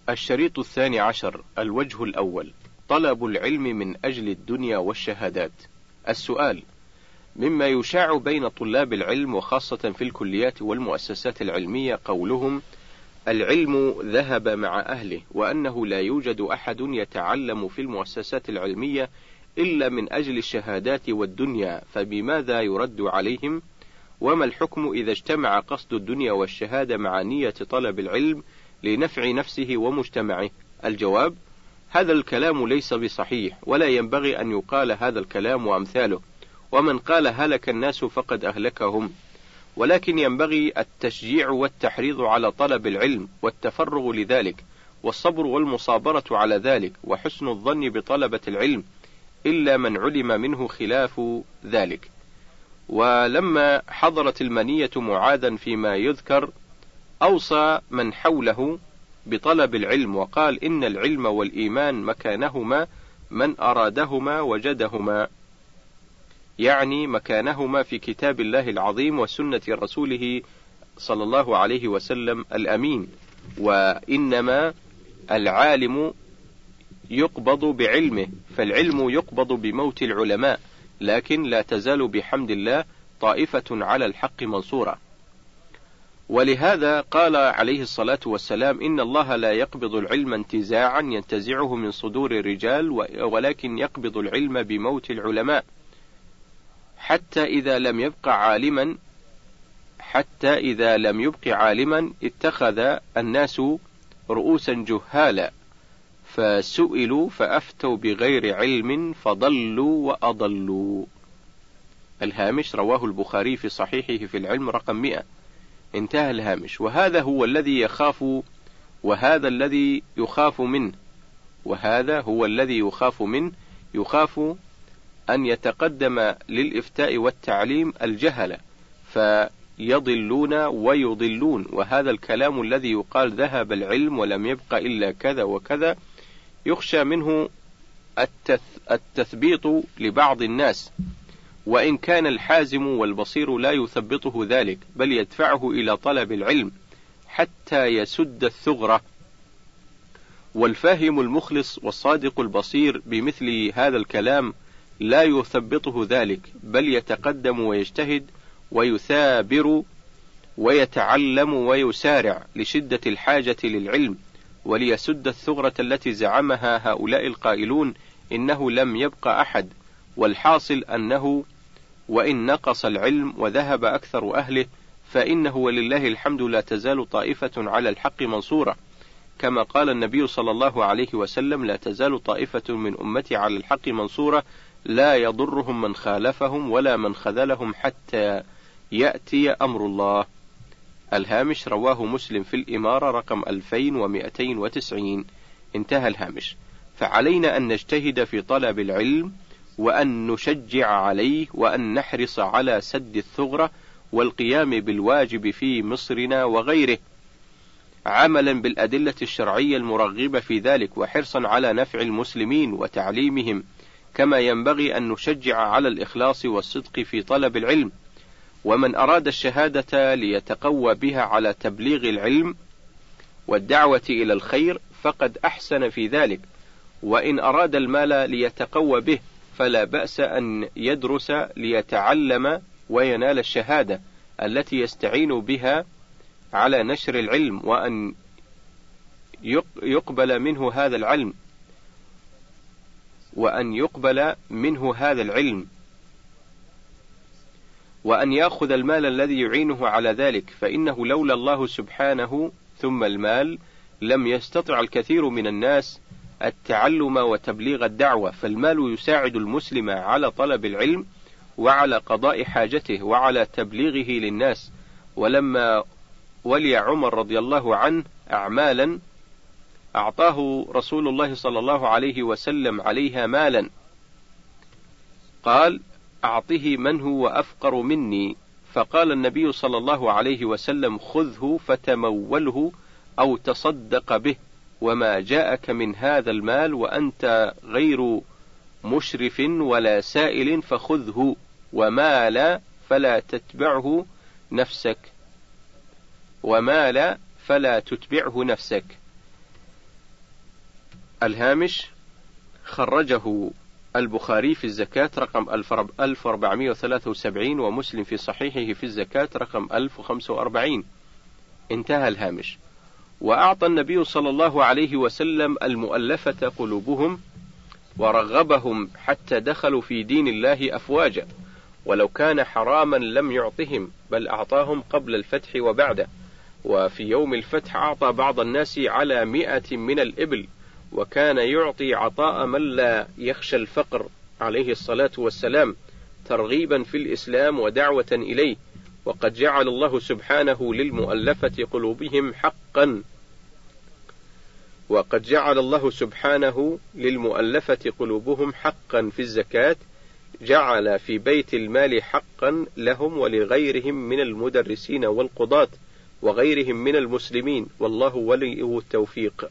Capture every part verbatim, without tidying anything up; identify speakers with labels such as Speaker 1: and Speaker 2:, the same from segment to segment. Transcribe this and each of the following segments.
Speaker 1: الشريط الثاني عشر. الوجه الأول: طلب العلم من أجل الدنيا والشهادات. السؤال: مما يشاع بين طلاب العلم وخاصة في الكليات والمؤسسات العلمية قولهم العلم ذهب مع أهله، وأنه لا يوجد أحد يتعلم في المؤسسات العلمية إلا من أجل الشهادات والدنيا، فبماذا يرد عليهم؟ وما الحكم إذا اجتمع قصد الدنيا والشهادة مع نية طلب العلم لنفع نفسه ومجتمعه؟ الجواب: هذا الكلام ليس بصحيح، ولا ينبغي أن يقال هذا الكلام وأمثاله، ومن قال هلك الناس فقد أهلكهم، ولكن ينبغي التشجيع والتحريض على طلب العلم والتفرغ لذلك، والصبر والمصابرة على ذلك، وحسن الظن بطلبة العلم، إلا من علم منه خلاف ذلك. ولما حضرت المنية معاذا فيما يذكر أوصى من حوله بطلب العلم، وقال إن العلم والإيمان مكانهما من أرادهما وجدهما، يعني مكانهما في كتاب الله العظيم وسنة رسوله صلى الله عليه وسلم الأمين. وإنما العالم يقبض بعلمه، فالعلم يقبض بموت العلماء، لكن لا تزال بحمد الله طائفة على الحق منصورة. ولهذا قال عليه الصلاة والسلام إن الله لا يقبض العلم انتزاعا ينتزعه من صدور الرجال، ولكن يقبض العلم بموت العلماء، حتى إذا لم يبق عالما حتى إذا لم يبق عالما اتخذ الناس رؤوسا جهالا، فسئلوا فأفتوا بغير علم فضلوا وأضلوا. الهامش: رواه البخاري في صحيحه في العلم رقم مئة. انتهى الهامش. وهذا هو الذي يخاف وهذا الذي يخاف منه وهذا هو الذي يخاف منه يخاف أن يتقدم للإفتاء والتعليم الجهلة فيضلون ويضلون، وهذا الكلام الذي يقال ذهب العلم ولم يبق إلا كذا وكذا يخشى منه التثبيط لبعض الناس، وإن كان الحازم والبصير لا يثبطه ذلك، بل يدفعه إلى طلب العلم حتى يسد الثغرة. والفاهم المخلص والصادق البصير بمثل هذا الكلام لا يثبطه ذلك، بل يتقدم ويجتهد ويثابر ويتعلم ويسارع لشدة الحاجة للعلم، وليسد الثغرة التي زعمها هؤلاء القائلون إنه لم يبق أحد. والحاصل أنه وإن نقص العلم وذهب أكثر أهله فإنه ولله الحمد لا تزال طائفة على الحق منصورة، كما قال النبي صلى الله عليه وسلم: لا تزال طائفة من أمتي على الحق منصورة لا يضرهم من خالفهم ولا من خذلهم حتى يأتي أمر الله. الهامش: رواه مسلم في الإمارة رقم ألفين ومئتين وتسعين. انتهى الهامش. فعلينا أن نجتهد في طلب العلم، وأن نشجع عليه، وأن نحرص على سد الثغرة والقيام بالواجب في مصرنا وغيره، عملا بالأدلة الشرعية المرغبة في ذلك، وحرصا على نفع المسلمين وتعليمهم، كما ينبغي أن نشجع على الإخلاص والصدق في طلب العلم. ومن أراد الشهادة ليتقوى بها على تبليغ العلم والدعوة إلى الخير فقد أحسن في ذلك، وإن أراد المال ليتقوى به فلا بأس أن يدرس ليتعلم وينال الشهادة التي يستعين بها على نشر العلم، وأن يقبل منه هذا العلم وأن يقبل منه هذا العلم وأن يأخذ المال الذي يعينه على ذلك، فإنه لولا الله سبحانه ثم المال لم يستطع الكثير من الناس التعلم وتبليغ الدعوة. فالمال يساعد المسلم على طلب العلم وعلى قضاء حاجته وعلى تبليغه للناس. ولما ولي عمر رضي الله عنه أعمالا أعطاه رسول الله صلى الله عليه وسلم عليها مالا، قال: أعطه من هو أفقر مني، فقال النبي صلى الله عليه وسلم: خذه فتموله أو تصدق به، وما جاءك من هذا المال وأنت غير مشرف ولا سائل فخذه، وما لا فلا تتبعه نفسك وما لا فلا تتبعه نفسك. الهامش: خرجه البخاري في الزكاة رقم ألف وأربعمائة وثلاثة وسبعين، ومسلم في صحيحه في الزكاة رقم ألف وخمسة وأربعين. انتهى الهامش. وأعطى النبي صلى الله عليه وسلم المؤلفة قلوبهم ورغبهم حتى دخلوا في دين الله أفواجا، ولو كان حراما لم يعطهم، بل أعطاهم قبل الفتح وبعده. وفي يوم الفتح أعطى بعض الناس على مئة من الإبل، وكان يعطي عطاء من لا يخشى الفقر عليه الصلاة والسلام، ترغيبا في الإسلام ودعوة إليه. وقد جعل الله سبحانه للمؤلفة قلوبهم حقا وقد جعل الله سبحانه للمؤلفة قلوبهم حقا في الزكاة، جعل في بيت المال حقا لهم ولغيرهم من المدرسين والقضاة وغيرهم من المسلمين، والله ولي التوفيق.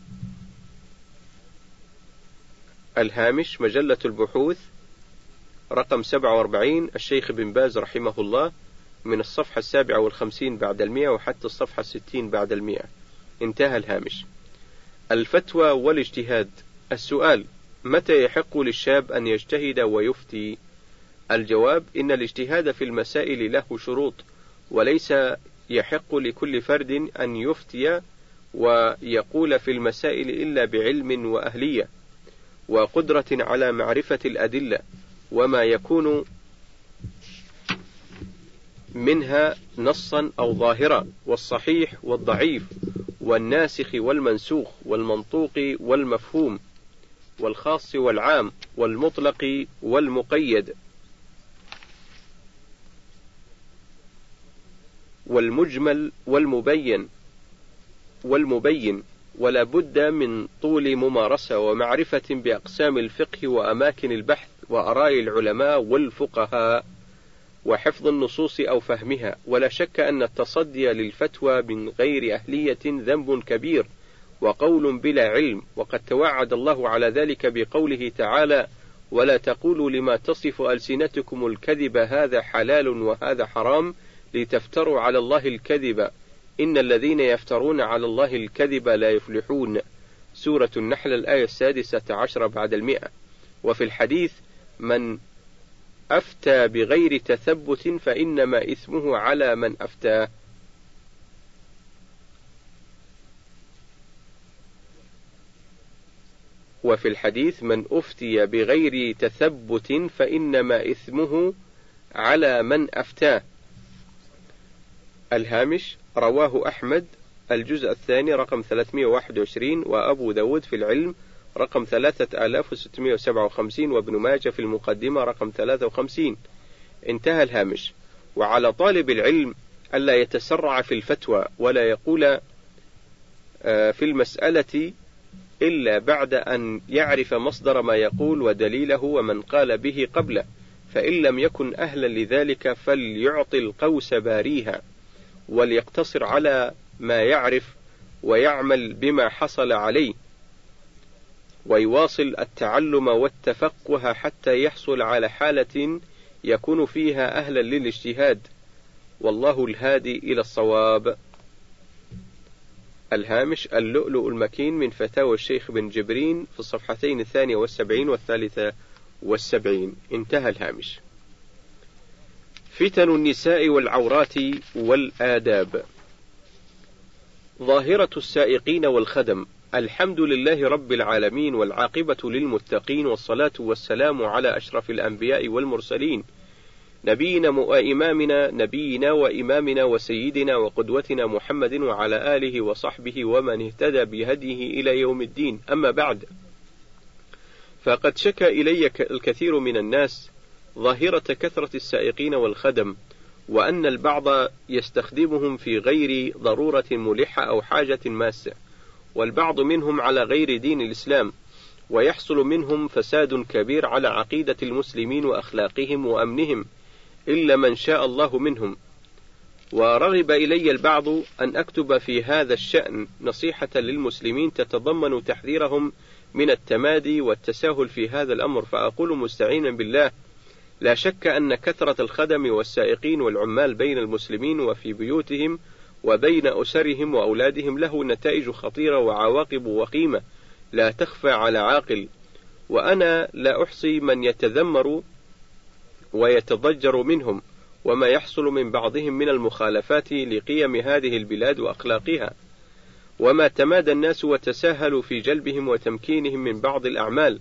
Speaker 1: الهامش: مجلة البحوث رقم سبعة وأربعين، الشيخ بن باز رحمه الله، من الصفحة السابعة والخمسين بعد المئة وحتى الصفحة الستين بعد المئة. انتهى الهامش. الفتوى والاجتهاد. السؤال: متى يحق للشاب أن يجتهد ويفتي؟ الجواب: إن الاجتهاد في المسائل له شروط، وليس يحق لكل فرد أن يفتي ويقول في المسائل إلا بعلم وأهلية وقدرة على معرفة الأدلة وما يكون منها نصا أو ظاهرا، والصحيح والضعيف، والناسخ والمنسوخ، والمنطوق والمفهوم، والخاص والعام، والمطلق والمقيد، والمجمل والمبين والمبين ولا بد من طول ممارسة ومعرفة بأقسام الفقه وأماكن البحث وآراء العلماء والفقهاء وحفظ النصوص أو فهمها. ولا شك أن التصدي للفتوى من غير أهلية ذنب كبير وقول بلا علم، وقد توعد الله على ذلك بقوله تعالى: ولا تقولوا لما تصف ألسنتكم الكذب هذا حلال وهذا حرام لتفتروا على الله الكذب إن الذين يفترون على الله الكذب لا يفلحون. سورة النحل الآية السادسة عشر بعد المئة. وفي الحديث: من أفتى بغير تثبت فإنما إثمه على من أفتاه. وفي الحديث: من أفتي بغير تثبت فإنما إثمه على من أفتاه. الهامش: رواه أحمد الجزء الثاني رقم ثلاثمائة وواحد وعشرين، وأبو داود في العلم رقم ثلاثة آلاف وستمائة وسبعة وخمسين، وابن ماجه في المقدمة رقم ثلاثة وخمسين. انتهى الهامش. وعلى طالب العلم ألا يتسرع في الفتوى ولا يقول في المسألة إلا بعد أن يعرف مصدر ما يقول ودليله ومن قال به قبله، فإن لم يكن أهلا لذلك فليعطي القوس باريها، وليقتصر على ما يعرف ويعمل بما حصل عليه، ويواصل التعلم والتفقه حتى يحصل على حالة يكون فيها أهلا للاجتهاد، والله الهادي إلى الصواب. الهامش: اللؤلؤ المكين من فتاوى الشيخ بن جبرين في الصفحتين الثانية والسبعين والثالثة والسبعين. انتهى الهامش. فتن النساء والعورات والآداب. ظاهرة السائقين والخدم. الحمد لله رب العالمين، والعاقبة للمتقين، والصلاة والسلام على أشرف الأنبياء والمرسلين، نبينا وإمامنا نبينا وإمامنا وسيدنا وقدوتنا محمد وعلى آله وصحبه ومن اهتدى بهديه إلى يوم الدين. أما بعد، فقد شكى إلي الكثير من الناس ظاهرة كثرة السائقين والخدم، وأن البعض يستخدمهم في غير ضرورة ملحة أو حاجة ماسة، والبعض منهم على غير دين الإسلام، ويحصل منهم فساد كبير على عقيدة المسلمين وأخلاقهم وأمنهم إلا من شاء الله منهم. ورغب إلي البعض أن أكتب في هذا الشأن نصيحة للمسلمين تتضمن تحذيرهم من التمادي والتساهل في هذا الأمر، فأقول مستعينا بالله: لا شك أن كثرة الخدم والسائقين والعمال بين المسلمين وفي بيوتهم وبين أسرهم وأولادهم له نتائج خطيرة وعواقب وخيمة لا تخفى على عاقل، وأنا لا أحصي من يتذمر ويتضجر منهم، وما يحصل من بعضهم من المخالفات لقيم هذه البلاد وأخلاقها، وما تمادى الناس وتساهلوا في جلبهم وتمكينهم من بعض الأعمال،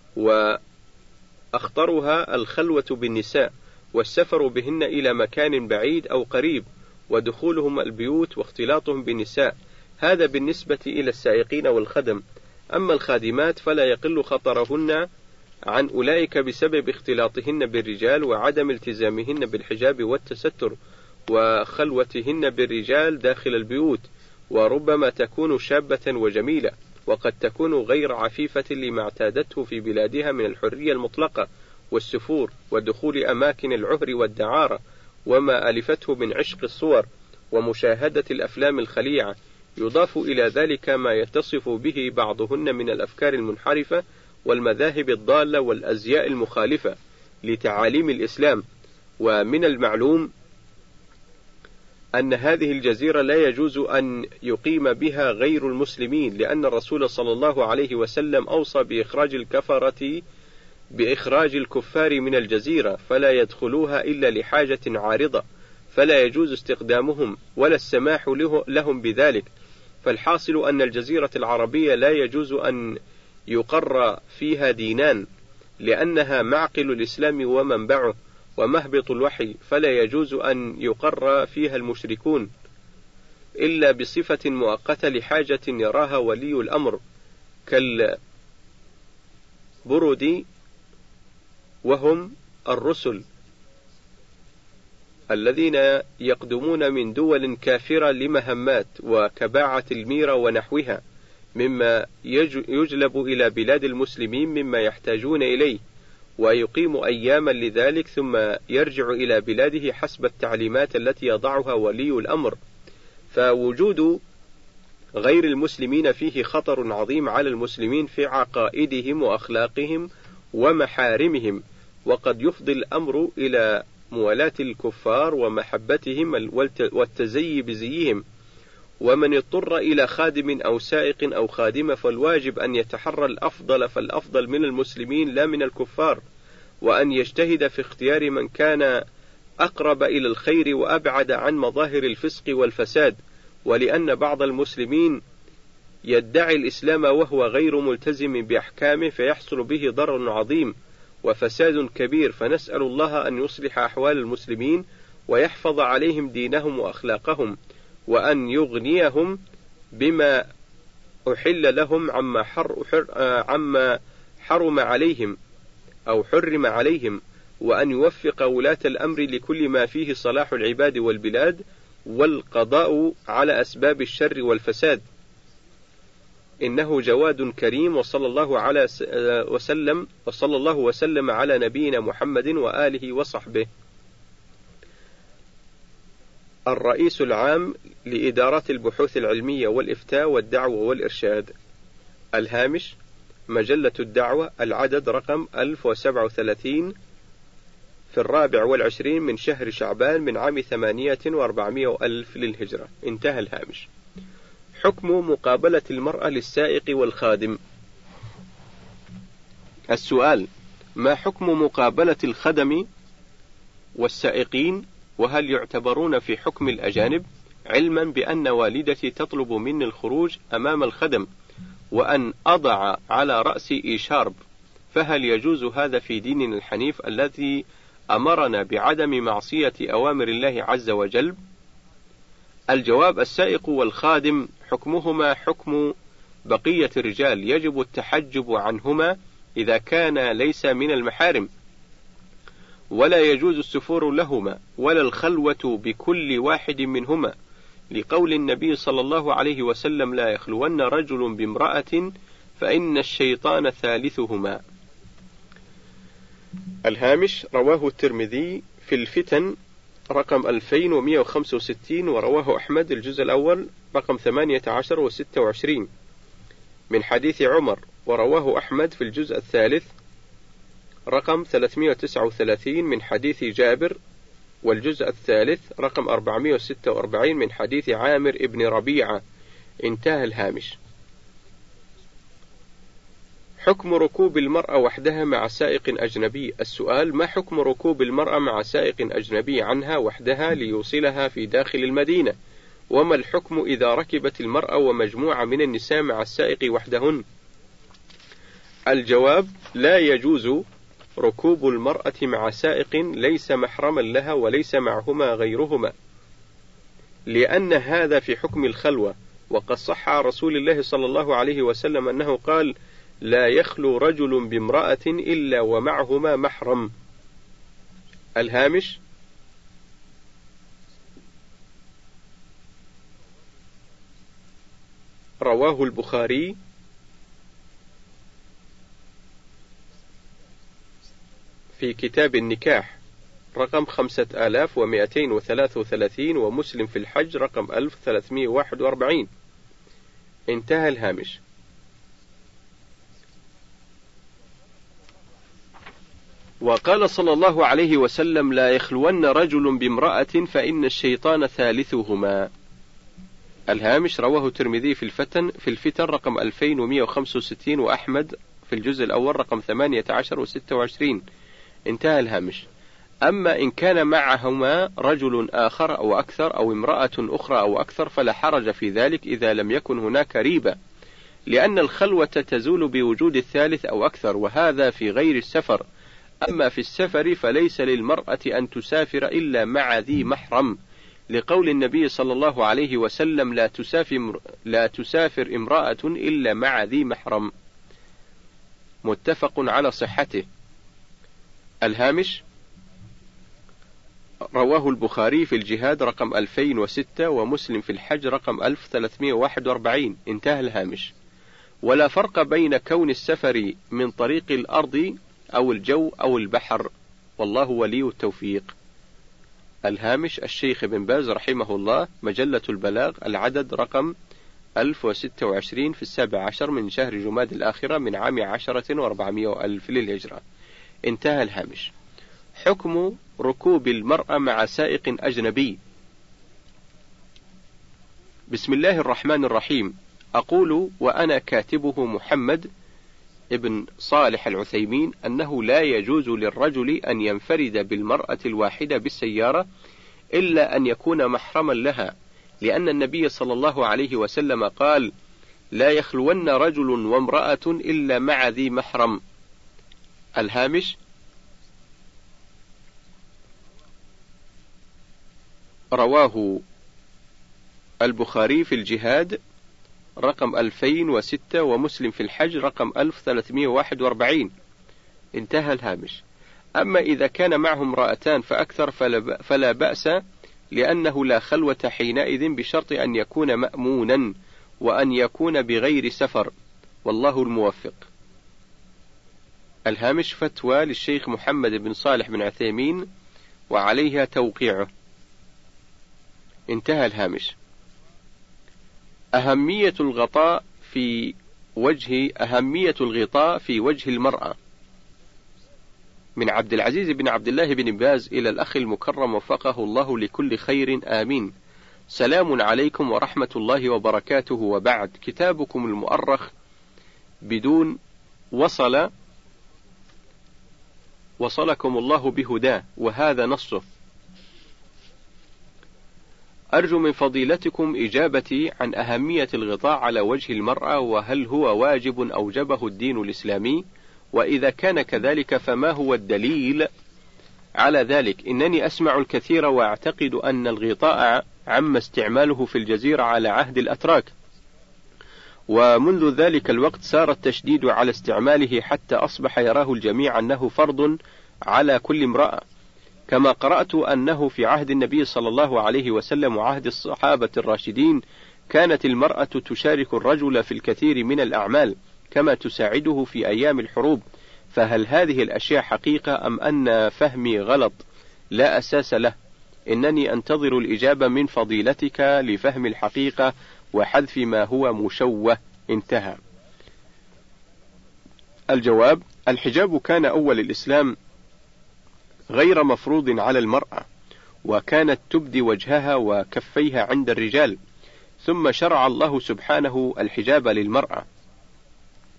Speaker 1: وأخطرها الخلوة بالنساء، والسفر بهن إلى مكان بعيد أو قريب، ودخولهم البيوت واختلاطهم بالنساء. هذا بالنسبة إلى السائقين والخدم. أما الخادمات فلا يقل خطرهن عن أولئك بسبب اختلاطهن بالرجال وعدم التزامهن بالحجاب والتستر، وخلوتهن بالرجال داخل البيوت، وربما تكون شابة وجميلة، وقد تكون غير عفيفة لما اعتادته في بلادها من الحرية المطلقة والسفور ودخول أماكن العهر والدعارة، وما ألفته من عشق الصور ومشاهدة الأفلام الخليعة. يضاف إلى ذلك ما يتصف به بعضهن من الأفكار المنحرفة والمذاهب الضالة والأزياء المخالفة لتعاليم الإسلام. ومن المعلوم أن هذه الجزيرة لا يجوز أن يقيم بها غير المسلمين، لأن الرسول صلى الله عليه وسلم أوصى بإخراج الكفرة بإخراج الكفار من الجزيرة، فلا يدخلوها إلا لحاجة عارضة، فلا يجوز استخدامهم ولا السماح لهم بذلك. فالحاصل أن الجزيرة العربية لا يجوز أن يقر فيها دينان، لأنها معقل الإسلام ومنبعه ومهبط الوحي، فلا يجوز أن يقر فيها المشركون إلا بصفة مؤقتة لحاجة يراها ولي الأمر، كالبرد وهم الرسل الذين يقدمون من دول كافرة لمهمات، وكباعة الميرة ونحوها مما يجلب إلى بلاد المسلمين مما يحتاجون إليه، ويقيم أياما لذلك ثم يرجع إلى بلاده حسب التعليمات التي يضعها ولي الأمر. فوجود غير المسلمين فيه خطر عظيم على المسلمين في عقائدهم وأخلاقهم ومحارمهم، وقد يفضي الأمر إلى موالاة الكفار ومحبتهم والتزيي بزيهم. ومن اضطر إلى خادم أو سائق أو خادمة فالواجب أن يتحرى الأفضل فالأفضل من المسلمين لا من الكفار، وأن يجتهد في اختيار من كان أقرب إلى الخير وأبعد عن مظاهر الفسق والفساد، ولأن بعض المسلمين يدعي الإسلام وهو غير ملتزم بأحكامه فيحصل به ضرر عظيم وفساد كبير، فنسأل الله أن يصلح أحوال المسلمين ويحفظ عليهم دينهم وأخلاقهم، وأن يغنيهم بما أحل لهم عما, حر حر عما حرم عليهم أو حرم عليهم، وأن يوفق ولاة الأمر لكل ما فيه صلاح العباد والبلاد والقضاء على أسباب الشر والفساد، إنه جواد كريم. وصلى الله على وسلم وصلى الله وسلم على نبينا محمد وآله وصحبه. الرئيس العام لإدارات البحوث العلمية والإفتاء والدعوة والإرشاد. الهامش: مجلة الدعوة، العدد رقم ألف وسبعة وثلاثين، في الرابع والعشرين من شهر شعبان من عام ثمانية وأربعمائة وألف للهجرة. انتهى الهامش. حكم مقابلة المرأة للسائق والخادم. السؤال: ما حكم مقابلة الخدم والسائقين، وهل يعتبرون في حكم الأجانب؟ علما بأن والدتي تطلب مني الخروج أمام الخدم وأن أضع على رأسي إيشارب، فهل يجوز هذا في ديننا الحنيف الذي أمرنا بعدم معصية أوامر الله عز وجل؟ الجواب: السائق والخادم حكمهما حكم بقية الرجال، يجب التحجب عنهما إذا كان ليس من المحارم، ولا يجوز السفور لهما ولا الخلوة بكل واحد منهما، لقول النبي صلى الله عليه وسلم: لا يخلون رجل بامرأة فإن الشيطان ثالثهما. الهامش: رواه الترمذي في الفتن رقم ألفين ومائة وخمسة وستين، ورواه أحمد الجزء الأول رقم ثمانية عشر وستة وعشرين من حديث عمر، ورواه أحمد في الجزء الثالث رقم ثلاثمائة وتسعة وثلاثين من حديث جابر، والجزء الثالث رقم أربعمائة وستة وأربعين من حديث عامر ابن ربيعة. انتهى الهامش. حكم ركوب المرأة وحدها مع سائق أجنبي. السؤال: ما حكم ركوب المرأة مع سائق أجنبي عنها وحدها ليوصلها في داخل المدينة؟ وما الحكم إذا ركبت المرأة ومجموعة من النساء مع السائق وحدهن؟ الجواب: لا يجوز ركوب المرأة مع سائق ليس محرما لها وليس معهما غيرهما، لأن هذا في حكم الخلوة. وقد صح عن رسول الله صلى الله عليه وسلم أنه قال: لا يخلو رجل بامرأة إلا ومعهما محرم. الهامش: رواه البخاري في كتاب النكاح رقم خمسة آلاف ومائتين وثلاثة وثلاثين، ومسلم في الحج رقم ألف وثلاثمائة وواحد وأربعين. انتهى الهامش. وقال صلى الله عليه وسلم: لا يخلون رجل بامرأة فإن الشيطان ثالثهما. الهامش: رواه الترمذي في الفتن في الفتن رقم ألفين ومائة وخمسة وستين، وأحمد في الجزء الأول رقم ثمانية عشر وستة وعشرين. انتهى الهامش. أما إن كان معهما رجل آخر أو أكثر أو امرأة أخرى أو أكثر فلا حرج في ذلك إذا لم يكن هناك ريبة، لأن الخلوة تزول بوجود الثالث أو أكثر، وهذا في غير السفر. أما في السفر فليس للمرأة أن تسافر إلا مع ذي محرم، لقول النبي صلى الله عليه وسلم: لا تسافر, لا تسافر امرأة إلا مع ذي محرم. متفق على صحته. الهامش: رواه البخاري في الجهاد رقم ألفين وستة، ومسلم في الحج رقم ألف وثلاثمائة وواحد وأربعين. انتهى الهامش. ولا فرق بين كون السفر من طريق الأرض أو الجو أو البحر، والله ولي التوفيق. الهامش: الشيخ ابن باز رحمه الله، مجلة البلاغ، العدد رقم ألف وستة وعشرين في السابع عشر من شهر جماد الآخرة من عام عشرة وأربعمائة وألف للهجرة. انتهى الهامش. حكم ركوب المرأة مع سائق أجنبي. بسم الله الرحمن الرحيم. أقول وأنا كاتبه محمد ابن صالح العثيمين أنه لا يجوز للرجل أن ينفرد بالمرأة الواحدة بالسيارة إلا أن يكون محرما لها، لأن النبي صلى الله عليه وسلم قال: لا يخلون رجل وامرأة إلا مع ذي محرم. الهامش: رواه البخاري في الجهاد رقم ألفين وستة، ومسلم في الحج رقم ألف وثلاثمائة وواحد وأربعين. انتهى الهامش. أما إذا كان معهم امرأتان فأكثر فلا بأس، لأنه لا خلوة حينئذ بشرط أن يكون مأمونا وأن يكون بغير سفر، والله الموفق. الهامش: فتوى للشيخ محمد بن صالح بن عثيمين وعليها توقيعه. انتهى الهامش. أهمية الغطاء في وجه أهمية الغطاء في وجه المرأة. من عبد العزيز بن عبد الله بن باز إلى الأخ المكرم وفقه الله لكل خير، آمين. سلام عليكم ورحمة الله وبركاته، وبعد. كتابكم المؤرخ بدون وصل وصلكم الله بهداه، وهذا نصه. أرجو من فضيلتكم إجابتي عن أهمية الغطاء على وجه المرأة، وهل هو واجب أوجبه الدين الإسلامي؟ وإذا كان كذلك فما هو الدليل على ذلك؟ إنني أسمع الكثير وأعتقد أن الغطاء عم استعماله في الجزيرة على عهد الأتراك، ومنذ ذلك الوقت سار التشديد على استعماله حتى أصبح يراه الجميع أنه فرض على كل امرأة، كما قرأت أنه في عهد النبي صلى الله عليه وسلم وعهد الصحابة الراشدين كانت المرأة تشارك الرجل في الكثير من الأعمال كما تساعده في أيام الحروب. فهل هذه الأشياء حقيقة أم أن فهمي غلط لا أساس له؟ إنني أنتظر الإجابة من فضيلتك لفهم الحقيقة وحذف ما هو مشوه. انتهى. الجواب: الحجاب كان أول الإسلام غير مفروض على المرأة، وكانت تبدي وجهها وكفيها عند الرجال، ثم شرع الله سبحانه الحجاب للمرأة،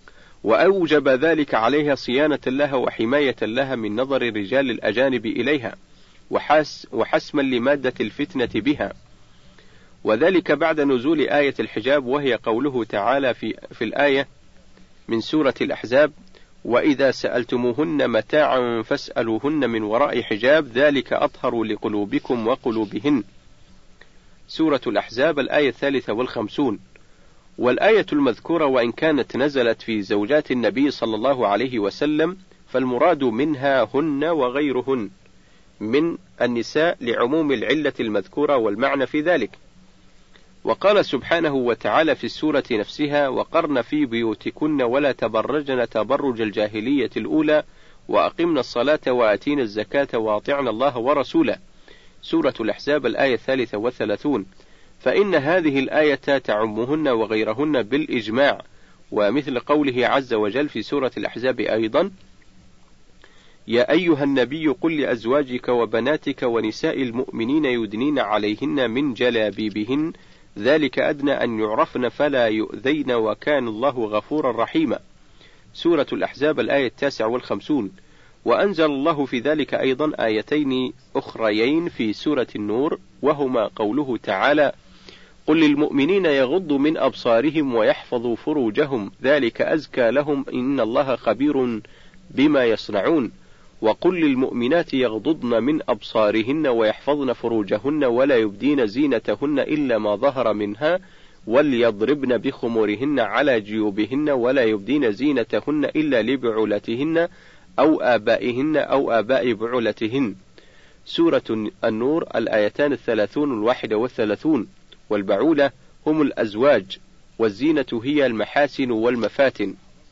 Speaker 1: وأوجب ذلك عليها صيانة لها وحماية لها من نظر الرجال الأجانب إليها، وحس وحسما لمادة الفتنة بها، وذلك بعد نزول آية الحجاب، وهي قوله تعالى في, في الآية من سورة الأحزاب: وإذا سألتموهن متاعا فاسألوهن من وراء حجاب ذلك أطهر لقلوبكم وقلوبهن. سورة الأحزاب الآية الثالثة والخمسون. والآية المذكورة وإن كانت نزلت في زوجات النبي صلى الله عليه وسلم فالمراد منها هن وغيرهن من النساء لعموم العلة المذكورة والمعنى في ذلك. وقال سبحانه وتعالى في السورة نفسها: وقرن في بيوتكن ولا تبرجن تبرج الجاهلية الأولى وأقمنا الصلاة وآتينا الزكاة وأطعنا الله ورسوله. سورة الأحزاب الآية الثالثة والثلاثون. فإن هذه الآية تعمهن وغيرهن بالإجماع، ومثل قوله عز وجل في سورة الأحزاب أيضا: يا أيها النبي قل لأزواجك وبناتك ونساء المؤمنين يدنين عليهن من جلابيبهن ذلك أدنى أن يعرفن فلا يؤذين وكان الله غفورا رحيما. سورة الأحزاب الآية التاسعة والخمسون. وأنزل الله في ذلك أيضا آيتين أخريين في سورة النور، وهما قوله تعالى: قل للمؤمنين يغضوا من أبصارهم ويحفظوا فروجهم ذلك أزكى لهم إن الله خبير بما يصنعون. وقل للمؤمنات يغضضن من أبصارهن ويحفظن فروجهن ولا يبدين زينتهن إلا ما ظهر منها وليضربن بخمورهن على جيوبهن ولا يبدين زينتهن إلا لبعولتهن أو آبائهن أو آباء بعولتهن. سورة النور الآيتان الثلاثون الواحدة والثلاثون. والبعولة هم الأزواج، والزينة هي المحاسن والمفاتن،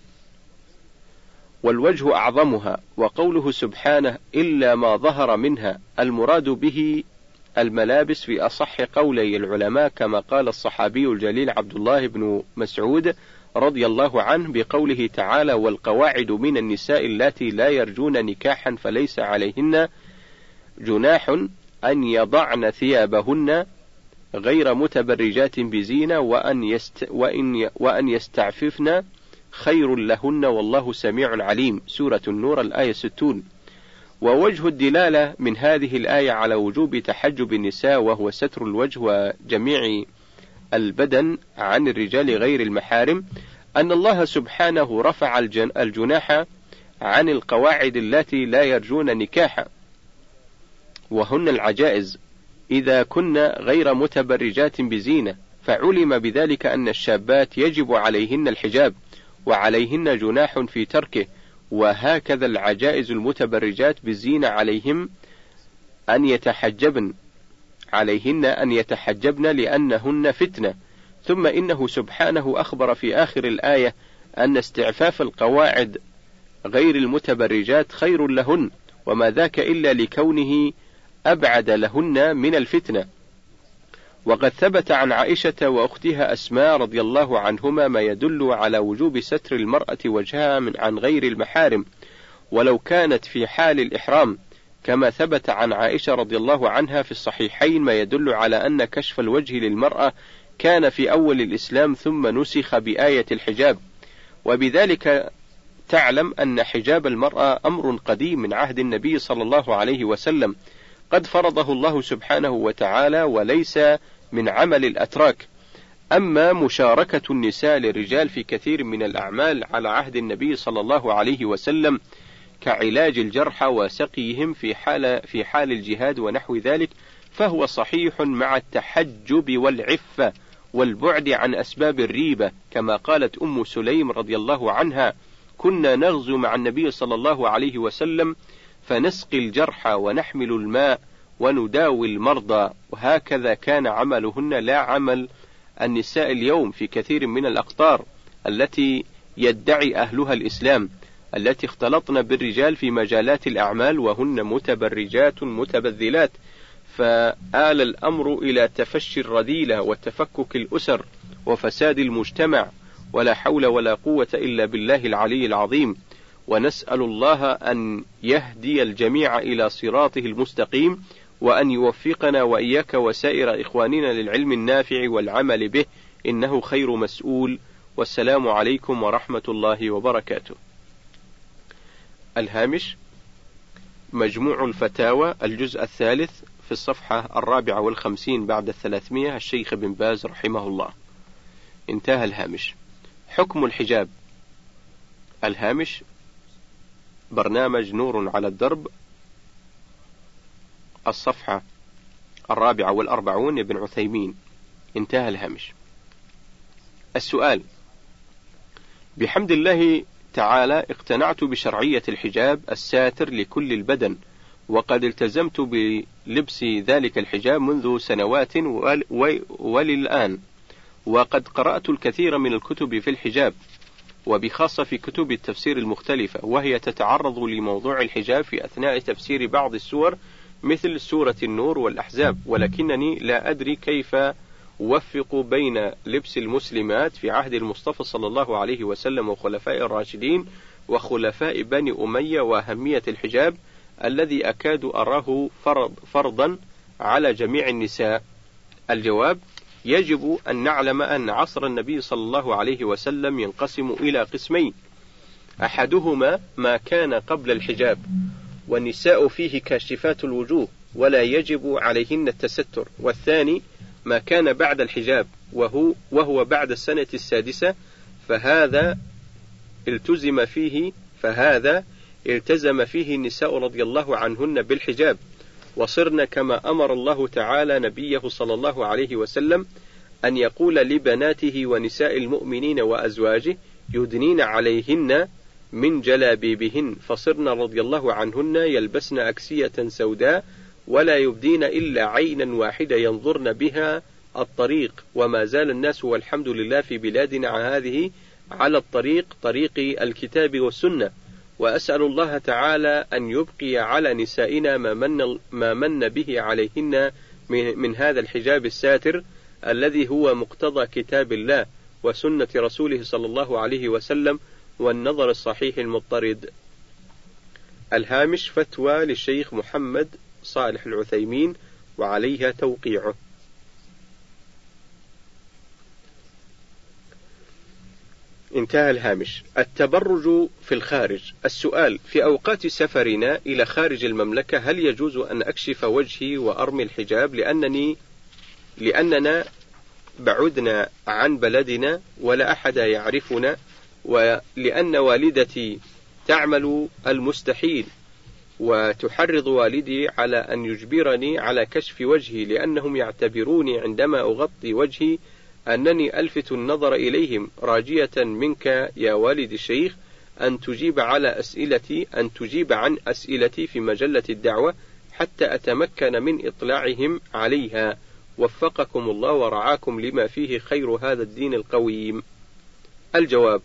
Speaker 1: والوجه أعظمها. وقوله سبحانه: إلا ما ظهر منها، المراد به الملابس في أصح قولي العلماء، كما قال الصحابي الجليل عبد الله بن مسعود رضي الله عنه بقوله تعالى: والقواعد من النساء اللاتي لا يرجون نكاحا فليس عليهن جناح أن يضعن ثيابهن غير متبرجات بزينة وأن, يست وإن, وأن يستعففن خير لهن والله سميع عليم. سورة النور الآية ستون. ووجه الدلالة من هذه الآية على وجوب تحجب النساء وهو ستر الوجه وجميع البدن عن الرجال غير المحارم أن الله سبحانه رفع الجناح عن القواعد التي لا يرجون نكاحا، وهن العجائز إذا كن غير متبرجات بزينة، فعلم بذلك أن الشابات يجب عليهن الحجاب وعليهن جناح في تركه، وهكذا العجائز المتبرجات بالزينة عليهم أن يتحجبن عليهن أن يتحجبن لأنهن فتنة. ثم إنه سبحانه أخبر في آخر الآية أن استعفاف القواعد غير المتبرجات خير لهن، وما ذاك إلا لكونه أبعد لهن من الفتنة. وقد ثبت عن عائشة وأختها أسماء رضي الله عنهما ما يدل على وجوب ستر المرأة وجهها من عن غير المحارم ولو كانت في حال الإحرام، كما ثبت عن عائشة رضي الله عنها في الصحيحين ما يدل على أن كشف الوجه للمرأة كان في أول الإسلام ثم نسخ بآية الحجاب. وبذلك تعلم أن حجاب المرأة أمر قديم من عهد النبي صلى الله عليه وسلم، قد فرضه الله سبحانه وتعالى وليس من عمل الأتراك. أما مشاركة النساء للرجال في كثير من الأعمال على عهد النبي صلى الله عليه وسلم كعلاج الجرحى وسقيهم في حال في حال الجهاد ونحو ذلك، فهو صحيح مع التحجب والعفة والبعد عن أسباب الريبة، كما قالت أم سليم رضي الله عنها: كنا نغزو مع النبي صلى الله عليه وسلم فنسقي الجرحى ونحمل الماء ونداوي المرضى، وهكذا كان عملهن لا عمل النساء اليوم في كثير من الأقطار التي يدعي أهلها الإسلام، التي اختلطن بالرجال في مجالات الأعمال وهن متبرجات متبذلات، فآل الأمر إلى تفشي الرذيلة وتفكك الأسر وفساد المجتمع، ولا حول ولا قوة إلا بالله العلي العظيم. ونسأل الله أن يهدي الجميع إلى صراطه المستقيم، وأن يوفقنا وإياك وسائر إخواننا للعلم النافع والعمل به، إنه خير مسؤول والسلام عليكم ورحمة الله وبركاته. الهامش: مجموع الفتاوى الجزء الثالث في الصفحة الرابعة والخمسين بعد الثلاثمائة، الشيخ بن باز رحمه الله. انتهى الهامش. حكم الحجاب. الهامش: برنامج نور على الدرب، الصفحة الرابعة والأربعون، ابن عثيمين. انتهى الهامش. السؤال: بحمد الله تعالى اقتنعت بشرعية الحجاب الساتر لكل البدن، وقد التزمت بلبس ذلك الحجاب منذ سنوات وللآن، وقد قرأت الكثير من الكتب في الحجاب، وبخاصة في كتب التفسير المختلفة، وهي تتعرض لموضوع الحجاب في أثناء تفسير بعض السور مثل سورة النور والأحزاب، ولكنني لا أدري كيف أوفق بين لبس المسلمات في عهد المصطفى صلى الله عليه وسلم وخلفاء الراشدين وخلفاء بني أمية وأهمية الحجاب الذي أكاد أراه فرض فرضا على جميع النساء. الجواب: يجب أن نعلم أن عصر النبي صلى الله عليه وسلم ينقسم إلى قسمين: أحدهما ما كان قبل الحجاب، والنساء فيه كاشفات الوجوه ولا يجب عليهن التستر، والثاني ما كان بعد الحجاب وهو, وهو بعد السنة السادسة، فهذا التزم فيه فهذا التزم فيه النساء رضي الله عنهن بالحجاب، وصرنا كما أمر الله تعالى نبيه صلى الله عليه وسلم أن يقول لبناته ونساء المؤمنين وأزواجه يدنين عليهن من جلابيبهن، فصرنا رضي الله عنهن يلبسن أكسية سوداء ولا يبدين إلا عينا واحدة ينظرن بها الطريق، وما زال الناس والحمد لله في بلادنا هذه على الطريق طريق الكتاب والسنة، وأسأل الله تعالى أن يبقي على نسائنا ما من, ما من به عليهن من, من هذا الحجاب الساتر الذي هو مقتضى كتاب الله وسنة رسوله صلى الله عليه وسلم والنظر الصحيح المضطرد. الهامش: فتوى للشيخ محمد صالح العثيمين وعليها توقيعه. انتهى الهامش. التبرج في الخارج. السؤال: في أوقات سفرنا إلى خارج المملكة هل يجوز أن أكشف وجهي وأرمي الحجاب لأنني لأننا بعدنا عن بلدنا ولا أحد يعرفنا، ولأن والدتي تعمل المستحيل وتحرض والدي على أن يجبرني على كشف وجهي لأنهم يعتبروني عندما أغطي وجهي أنني ألفت النظر إليهم، راجية منك يا والد الشيخ أن تجيب على أسئلتي أن تجيب عن أسئلتي في مجلة الدعوة حتى أتمكن من إطلاعهم عليها، وفقكم الله ورعاكم لما فيه خير هذا الدين القويم. الجواب: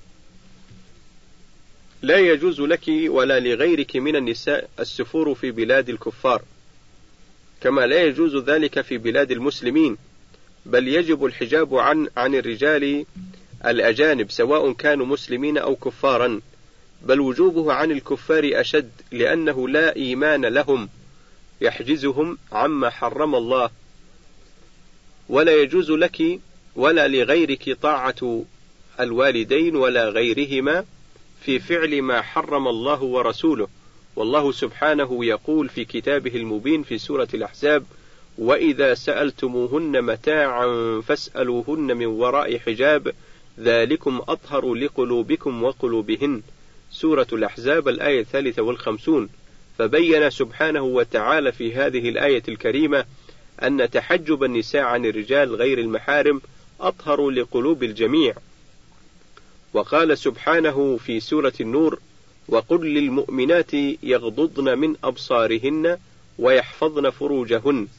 Speaker 1: لا يجوز لك ولا لغيرك من النساء السفور في بلاد الكفار، كما لا يجوز ذلك في بلاد المسلمين، بل يجب الحجاب عن عن الرجال الأجانب سواء كانوا مسلمين أو كفارا، بل وجوبه عن الكفار أشد لأنه لا إيمان لهم يحجزهم عما حرم الله. ولا يجوز لك ولا لغيرك طاعة الوالدين ولا غيرهما في فعل ما حرم الله ورسوله، والله سبحانه يقول في كتابه المبين في سورة الأحزاب: وإذا سألتموهن متاعا فاسألوهن من وراء حجاب ذلكم أطهر لقلوبكم وقلوبهن، سورة الأحزاب الآية الثالثة والخمسون. فبين سبحانه وتعالى في هذه الآية الكريمة أن تحجب النساء عن الرجال غير المحارم أطهر لقلوب الجميع. وقال سبحانه في سورة النور: وقل للمؤمنات يغضضن من أبصارهن ويحفظن فروجهن،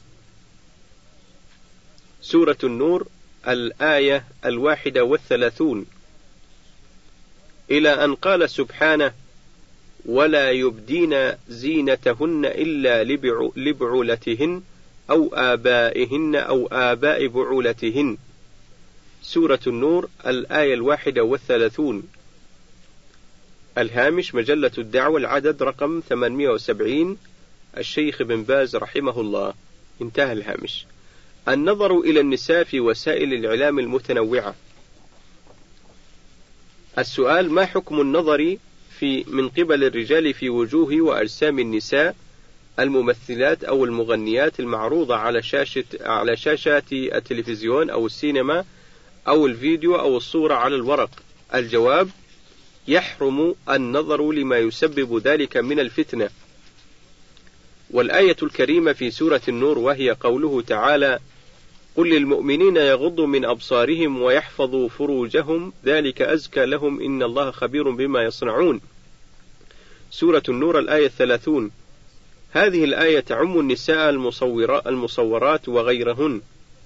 Speaker 1: سورة النور الآية الواحدة والثلاثون، إلى أن قال سبحانه: ولا يبدين زينتهن إلا لبعولتهن أو آبائهن أو آباء بعولتهن، سورة النور الآية الواحدة والثلاثون. الهامش: مجلة الدعوة العدد رقم ثمانمائة وسبعين، الشيخ بن باز رحمه الله. انتهى الهامش. النظر إلى النساء في وسائل الإعلام المتنوعة. السؤال: ما حكم النظر في من قبل الرجال في وجوه وأجسام النساء الممثلات أو المغنيات المعروضة على شاشة على شاشات التلفزيون أو السينما أو الفيديو أو الصورة على الورق؟ الجواب: يحرم النظر لما يسبب ذلك من الفتنة. والآية الكريمة في سورة النور وهي قوله تعالى: قل للمؤمنين يغضوا من أبصارهم ويحفظوا فروجهم ذلك أزكى لهم إن الله خبير بما يصنعون. سورة النور الآية الثلاثون. هذه الآية تعم النساء المصورات وغيرهن،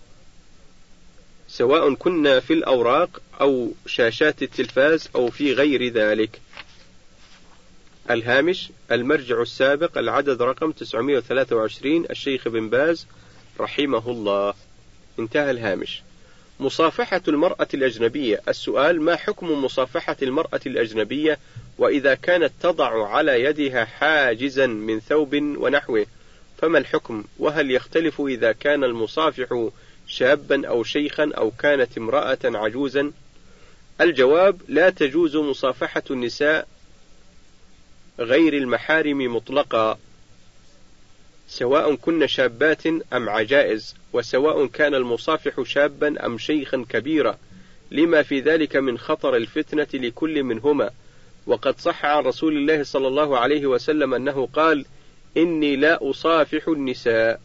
Speaker 1: سواء كنا في الأوراق أو شاشات التلفاز أو في غير ذلك. الهامش: المرجع السابق العدد رقم تسعمائة وثلاثة وعشرين، الشيخ بن باز رحمه الله. انتهى الهامش. مصافحة المرأة الأجنبية. السؤال: ما حكم مصافحة المرأة الأجنبية وإذا كانت تضع على يدها حاجزا من ثوب ونحوه، فما الحكم؟ وهل يختلف إذا كان المصافح شابا أو شيخا أو كانت امرأة عجوزا؟ الجواب: لا تجوز مصافحة النساء غير المحارم مطلقا، سواء كن شابات أم عجائز، وسواء كان المصافح شابا أم شيخا كبيرا، لما في ذلك من خطر الفتنة لكل منهما. وقد صح عن رسول الله صلى الله عليه وسلم أنه قال: إني لا أصافح النساء.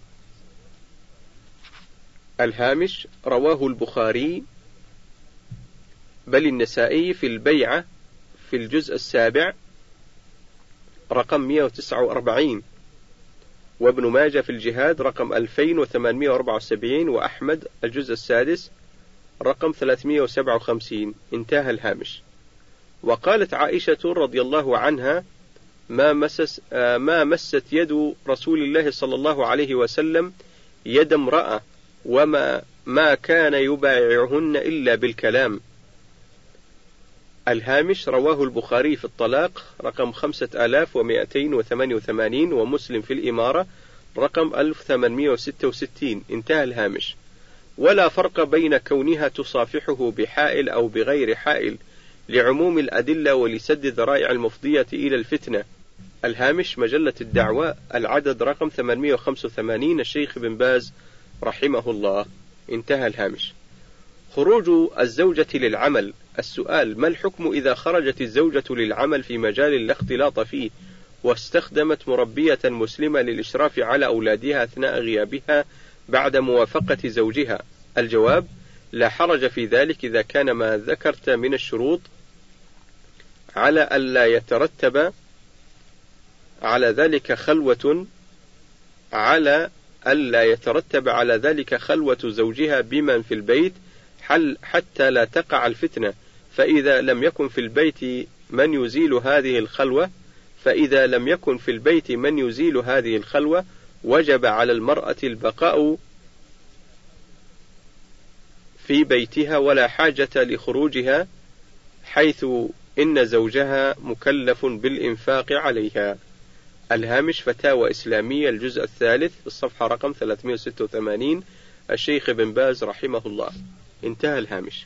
Speaker 1: الهامش: رواه البخاري بل النسائي في البيعة في الجزء السابع رقم مئة وتسعة وأربعين، وابن ماجه في الجهاد رقم ألفين وثمانمائة وأربعة وسبعين، وأحمد الجزء السادس رقم ثلاثمائة وسبعة وخمسين. انتهى الهامش. وقالت عائشة رضي الله عنها: ما, مسس ما مست يد رسول الله صلى الله عليه وسلم يد امرأة وما ما كان يبايعهن إلا بالكلام. الهامش: رواه البخاري في الطلاق رقم خمسة آلاف ومئتين وثمانية وثمانين، ومسلم في الإمارة رقم ألف وثمانمائة وستة وستين. انتهى الهامش. ولا فرق بين كونها تصافحه بحائل أو بغير حائل، لعموم الأدلة ولسد ذرائع المفضية إلى الفتنة. الهامش: مجلة الدعوة العدد رقم ثمانمائة وخمسة وثمانين، الشيخ بن باز رحمه الله. انتهى الهامش. خروج الزوجة للعمل. السؤال: ما الحكم إذا خرجت الزوجة للعمل في مجال لا اختلاط فيه، واستخدمت مربية مسلمة للإشراف على أولادها أثناء غيابها بعد موافقة زوجها؟ الجواب: لا حرج في ذلك إذا كان ما ذكرت من الشروط على ألا يترتب على ذلك خلوة على ألا يترتب على ذلك خلوة زوجها بمن في البيت حتى لا تقع الفتنة. فإذا لم يكن في البيت من يزيل هذه الخلوة فإذا لم يكن في البيت من يزيل هذه الخلوة وجب على المرأة البقاء في بيتها ولا حاجة لخروجها، حيث إن زوجها مكلف بالإنفاق عليها. الهامش: فتاوى إسلامية الجزء الثالث الصفحة رقم ثلاثمائة وستة وثمانين، الشيخ بن باز رحمه الله. انتهى الهامش.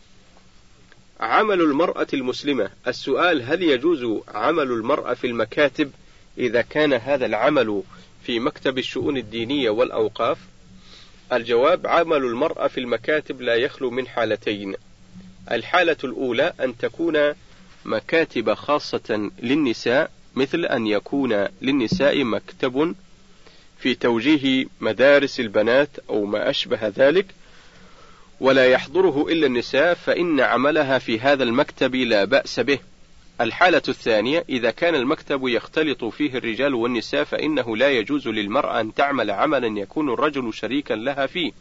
Speaker 1: عمل المرأة المسلمة. السؤال: هل يجوز عمل المرأة في المكاتب إذا كان هذا العمل في مكتب الشؤون الدينية والأوقاف؟ الجواب: عمل المرأة في المكاتب لا يخلو من حالتين. الحالة الأولى أن تكون مكاتب خاصة للنساء، مثل أن يكون للنساء مكتب في توجيه مدارس البنات أو ما أشبه ذلك ولا يحضره إلا النساء، فإن عملها في هذا المكتب لا بأس به. الحالة الثانية: إذا كان المكتب يختلط فيه الرجال والنساء، فإنه لا يجوز للمرأة أن تعمل عملا يكون الرجل شريكا لها فيه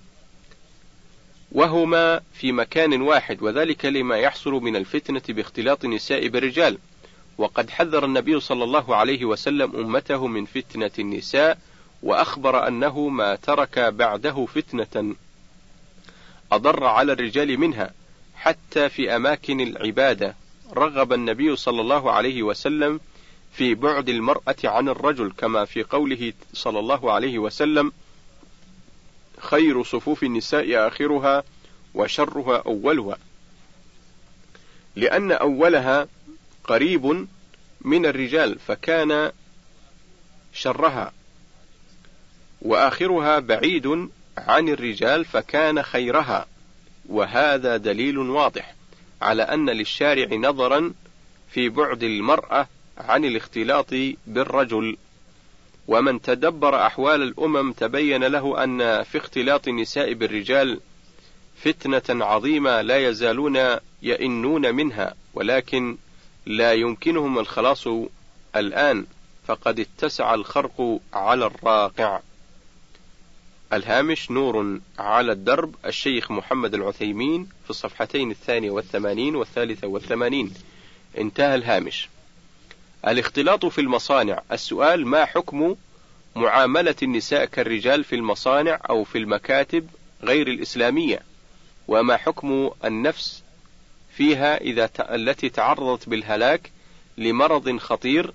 Speaker 1: وهما في مكان واحد، وذلك لما يحصل من الفتنة باختلاط النساء بالرجال. وقد حذر النبي صلى الله عليه وسلم أمته من فتنة النساء، وأخبر أنه ما ترك بعده فتنة أضر على الرجال منها، حتى في أماكن العبادة رغب النبي صلى الله عليه وسلم في بعد المرأة عن الرجل، كما في قوله صلى الله عليه وسلم: خير صفوف النساء آخرها وشرها أولها، لأن أولها قريب من الرجال فكان شرها، وآخرها بعيد عن الرجال فكان خيرها، وهذا دليل واضح على أن للشارع نظرا في بعد المرأة عن الاختلاط بالرجل. ومن تدبر أحوال الأمم تبين له أن في اختلاط النساء بالرجال فتنة عظيمة لا يزالون يئنون منها، ولكن لا يمكنهم الخلاص الآن، فقد اتسع الخرق على الراقع. الهامش نور على الدرب، الشيخ محمد العثيمين، في الصفحتين الثانية والثمانين والثالثة والثمانين. انتهى الهامش. الاختلاط في المصانع. السؤال: ما حكم معاملة النساء كالرجال في المصانع أو في المكاتب غير الإسلامية؟ وما حكم النفس فيها إذا ت... التي تعرضت بالهلاك لمرض خطير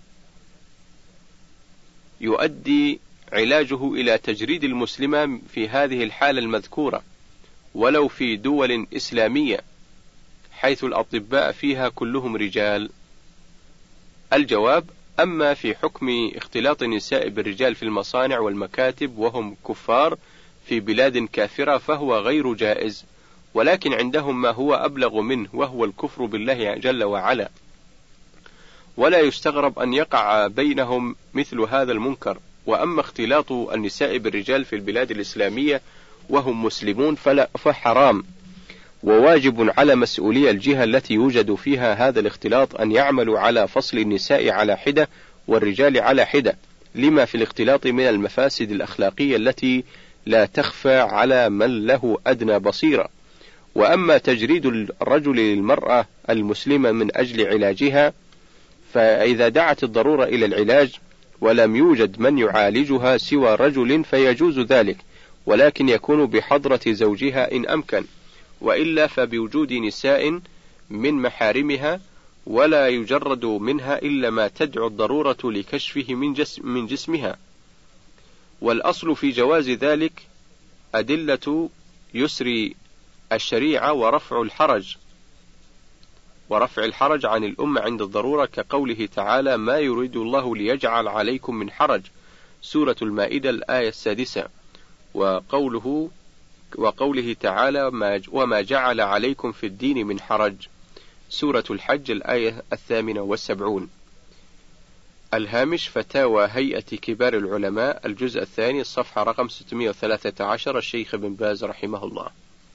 Speaker 1: يؤدي علاجه إلى تجريد المسلمة في هذه الحالة المذكورة، ولو في دول إسلامية حيث الأطباء فيها كلهم رجال؟ الجواب: أما في حكم اختلاط النساء بالرجال في المصانع والمكاتب وهم كفار في بلاد كافرة فهو غير جائز، ولكن عندهم ما هو أبلغ منه وهو الكفر بالله جل وعلا، ولا يستغرب أن يقع بينهم مثل هذا المنكر. وأما اختلاط النساء بالرجال في البلاد الإسلامية وهم مسلمون فلا فحرام، وواجب على مسؤولي الجهة التي يوجد فيها هذا الاختلاط أن يعملوا على فصل النساء على حدة والرجال على حدة، لما في الاختلاط من المفاسد الأخلاقية التي لا تخفى على من له أدنى بصيرة. وأما تجريد الرجل للمرأة المسلمة من أجل علاجها، فإذا دعت الضرورة إلى العلاج ولم يوجد من يعالجها سوى رجل فيجوز ذلك، ولكن يكون بحضرة زوجها إن أمكن، وإلا فبوجود نساء من محارمها، ولا يجرد منها إلا ما تدعو الضرورة لكشفه من, جسم من جسمها. والأصل في جواز ذلك أدلة يسر الشريعة ورفع الحرج ورفع الحرج عن الأمة عند الضرورة، كقوله تعالى: ما يريد الله ليجعل عليكم من حرج، سورة المائدة الآية السادسة، وقوله وقوله تعالى: وما جعل عليكم في الدين من حرج، سورة الحج الآية الثامنة والسبعون. الهامش فتاوى هيئة كبار العلماء، الجزء الثاني، الصفحة رقم ستمائة وثلاثة عشر، الشيخ بن باز رحمه الله.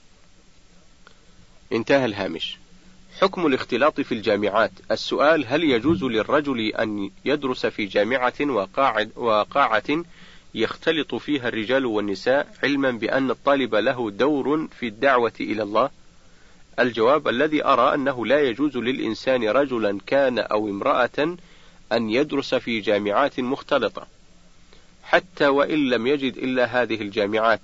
Speaker 1: انتهى الهامش. حكم الاختلاط في الجامعات. السؤال: هل يجوز للرجل أن يدرس في جامعة وقاعد وقاعة يختلط فيها الرجال والنساء، علما بأن الطالب له دور في الدعوة إلى الله؟ الجواب: الذي أرى أنه لا يجوز للإنسان رجلا كان أو امرأة أن يدرس في جامعات مختلطة، حتى وإن لم يجد إلا هذه الجامعات،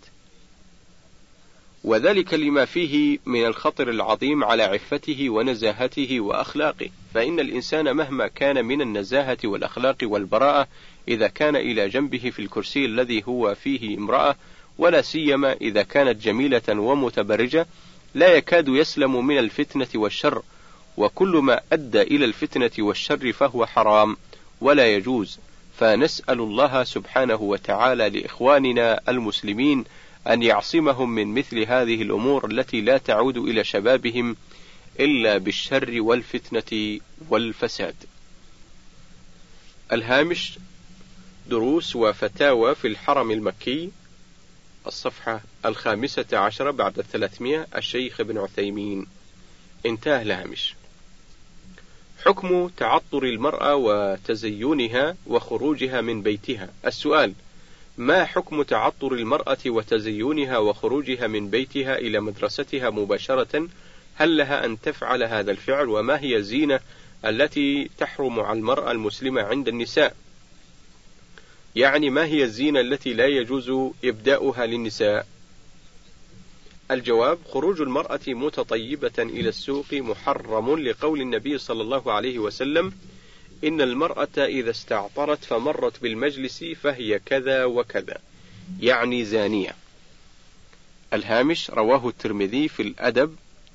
Speaker 1: وذلك لما فيه من الخطر العظيم على عفته ونزاهته وأخلاقه، فإن الإنسان مهما كان من النزاهة والأخلاق والبراءة إذا كان إلى جنبه في الكرسي الذي هو فيه امرأة، ولا سيما إذا كانت جميلة ومتبرجة، لا يكاد يسلم من الفتنة والشر، وكل ما أدى إلى الفتنة والشر فهو حرام ولا يجوز. فنسأل الله سبحانه وتعالى لإخواننا المسلمين أن يعصمهم من مثل هذه الأمور التي لا تعود إلى شبابهم إلا بالشر والفتنة والفساد. الهامش دروس وفتاوى في الحرم المكي، الصفحة الخامسة عشرة بعد الثلاثمائة، الشيخ ابن عثيمين. انتهى الهامش. حكم تعطر المرأة وتزينها وخروجها من بيتها. السؤال: ما حكم تعطر المرأة وتزينها وخروجها من بيتها إلى مدرستها مباشرة؟ هل لها أن تفعل هذا الفعل؟ وما هي الزينة التي تحرم على المرأة المسلمة عند النساء؟ يعني ما هي الزينة التي لا يجوز إبداؤها للنساء؟ الجواب: خروج المرأة متطيبة إلى السوق محرم، لقول النبي صلى الله عليه وسلم: إن المرأة إذا استعطرت فمرت بالمجلس فهي كذا وكذا، يعني زانية. الهامش رواه الترمذي في الأدب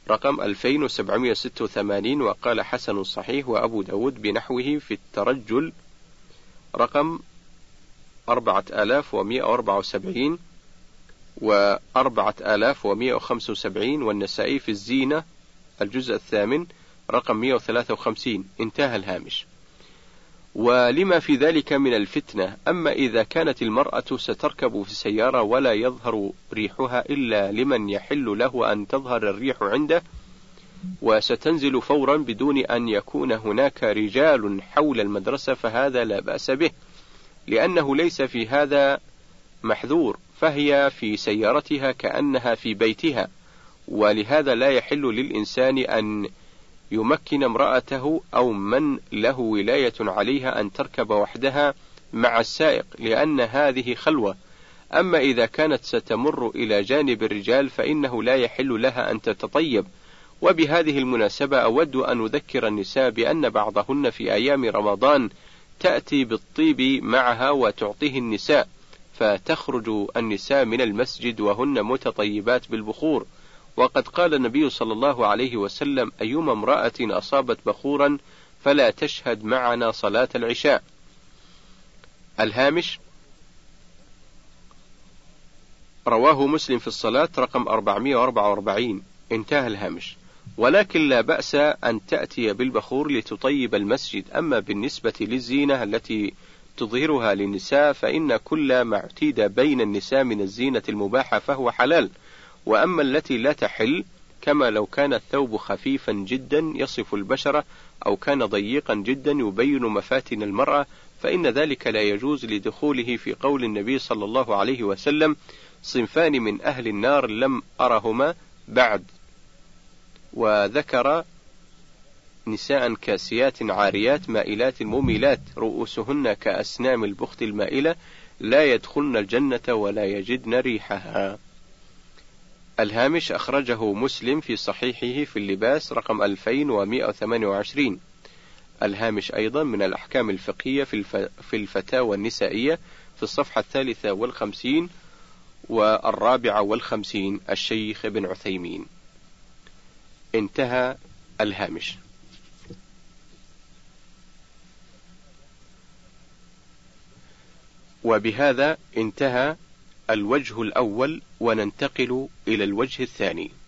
Speaker 1: رقم ألفين وسبعمائة وستة وثمانين، وقال حسن صحيح، وأبو داود بنحوه في الترجل رقم أربعة آلاف ومائة وأربعة وسبعين وأربعة آلاف ومائة وخمسة وسبعين، والنسائي في الزينة الجزء الثامن رقم مائة وثلاثة وخمسين. انتهى الهامش. ولما في ذلك من الفتنة، أما إذا كانت المرأة ستركب في سيارة ولا يظهر ريحها إلا لمن يحل له أن تظهر الريح عنده، وستنزل فورا بدون أن يكون هناك رجال حول المدرسة، فهذا لا بأس به، لأنه ليس في هذا محذور، فهي في سيارتها كأنها في بيتها، ولهذا لا يحل للإنسان أن يمكن امرأته أو من له ولاية عليها أن تركب وحدها مع السائق، لأن هذه خلوة. أما إذا كانت ستمر إلى جانب الرجال فإنه لا يحل لها أن تتطيب. وبهذه المناسبة أود أن أذكر النساء بأن بعضهن في أيام رمضان تأتي بالطيب معها وتعطيه النساء، فتخرج النساء من المسجد وهن متطيبات بالبخور، وقد قال النبي صلى الله عليه وسلم: أيما امرأة أصابت بخورا فلا تشهد معنا صلاة العشاء. الهامش. رواه مسلم في الصلاة رقم أربعمائة وأربعة وأربعين. انتهى الهامش. ولكن لا بأس أن تأتي بالبخور لتطيب المسجد. أما بالنسبة للزينة التي تظهرها للنساء فإن كل ما اعتيد بين النساء من الزينة المباحة فهو حلال، وأما التي لا تحل، كما لو كان الثوب خفيفا جدا يصف البشرة أو كان ضيقا جدا يبين مفاتن المرأة، فإن ذلك لا يجوز لدخوله في قول النبي صلى الله عليه وسلم: صنفان من أهل النار لم أرهما بعد. وذكر نساء كاسيات عاريات مائلات مميلات رؤوسهن كأسنام البخت المائلة لا يدخلن الجنة ولا يجدن ريحها. الهامش. أخرجه مسلم في صحيحه في اللباس رقم ألفين ومائة وثمانية وعشرين. الهامش أيضا من الأحكام الفقهية في, الف... في الفتاوى النسائية في الصفحة الثالثة والخمسين والرابعة والخمسين، الشيخ ابن عثيمين. انتهى الهامش. وبهذا انتهى الوجه الأول، وننتقل إلى الوجه الثاني.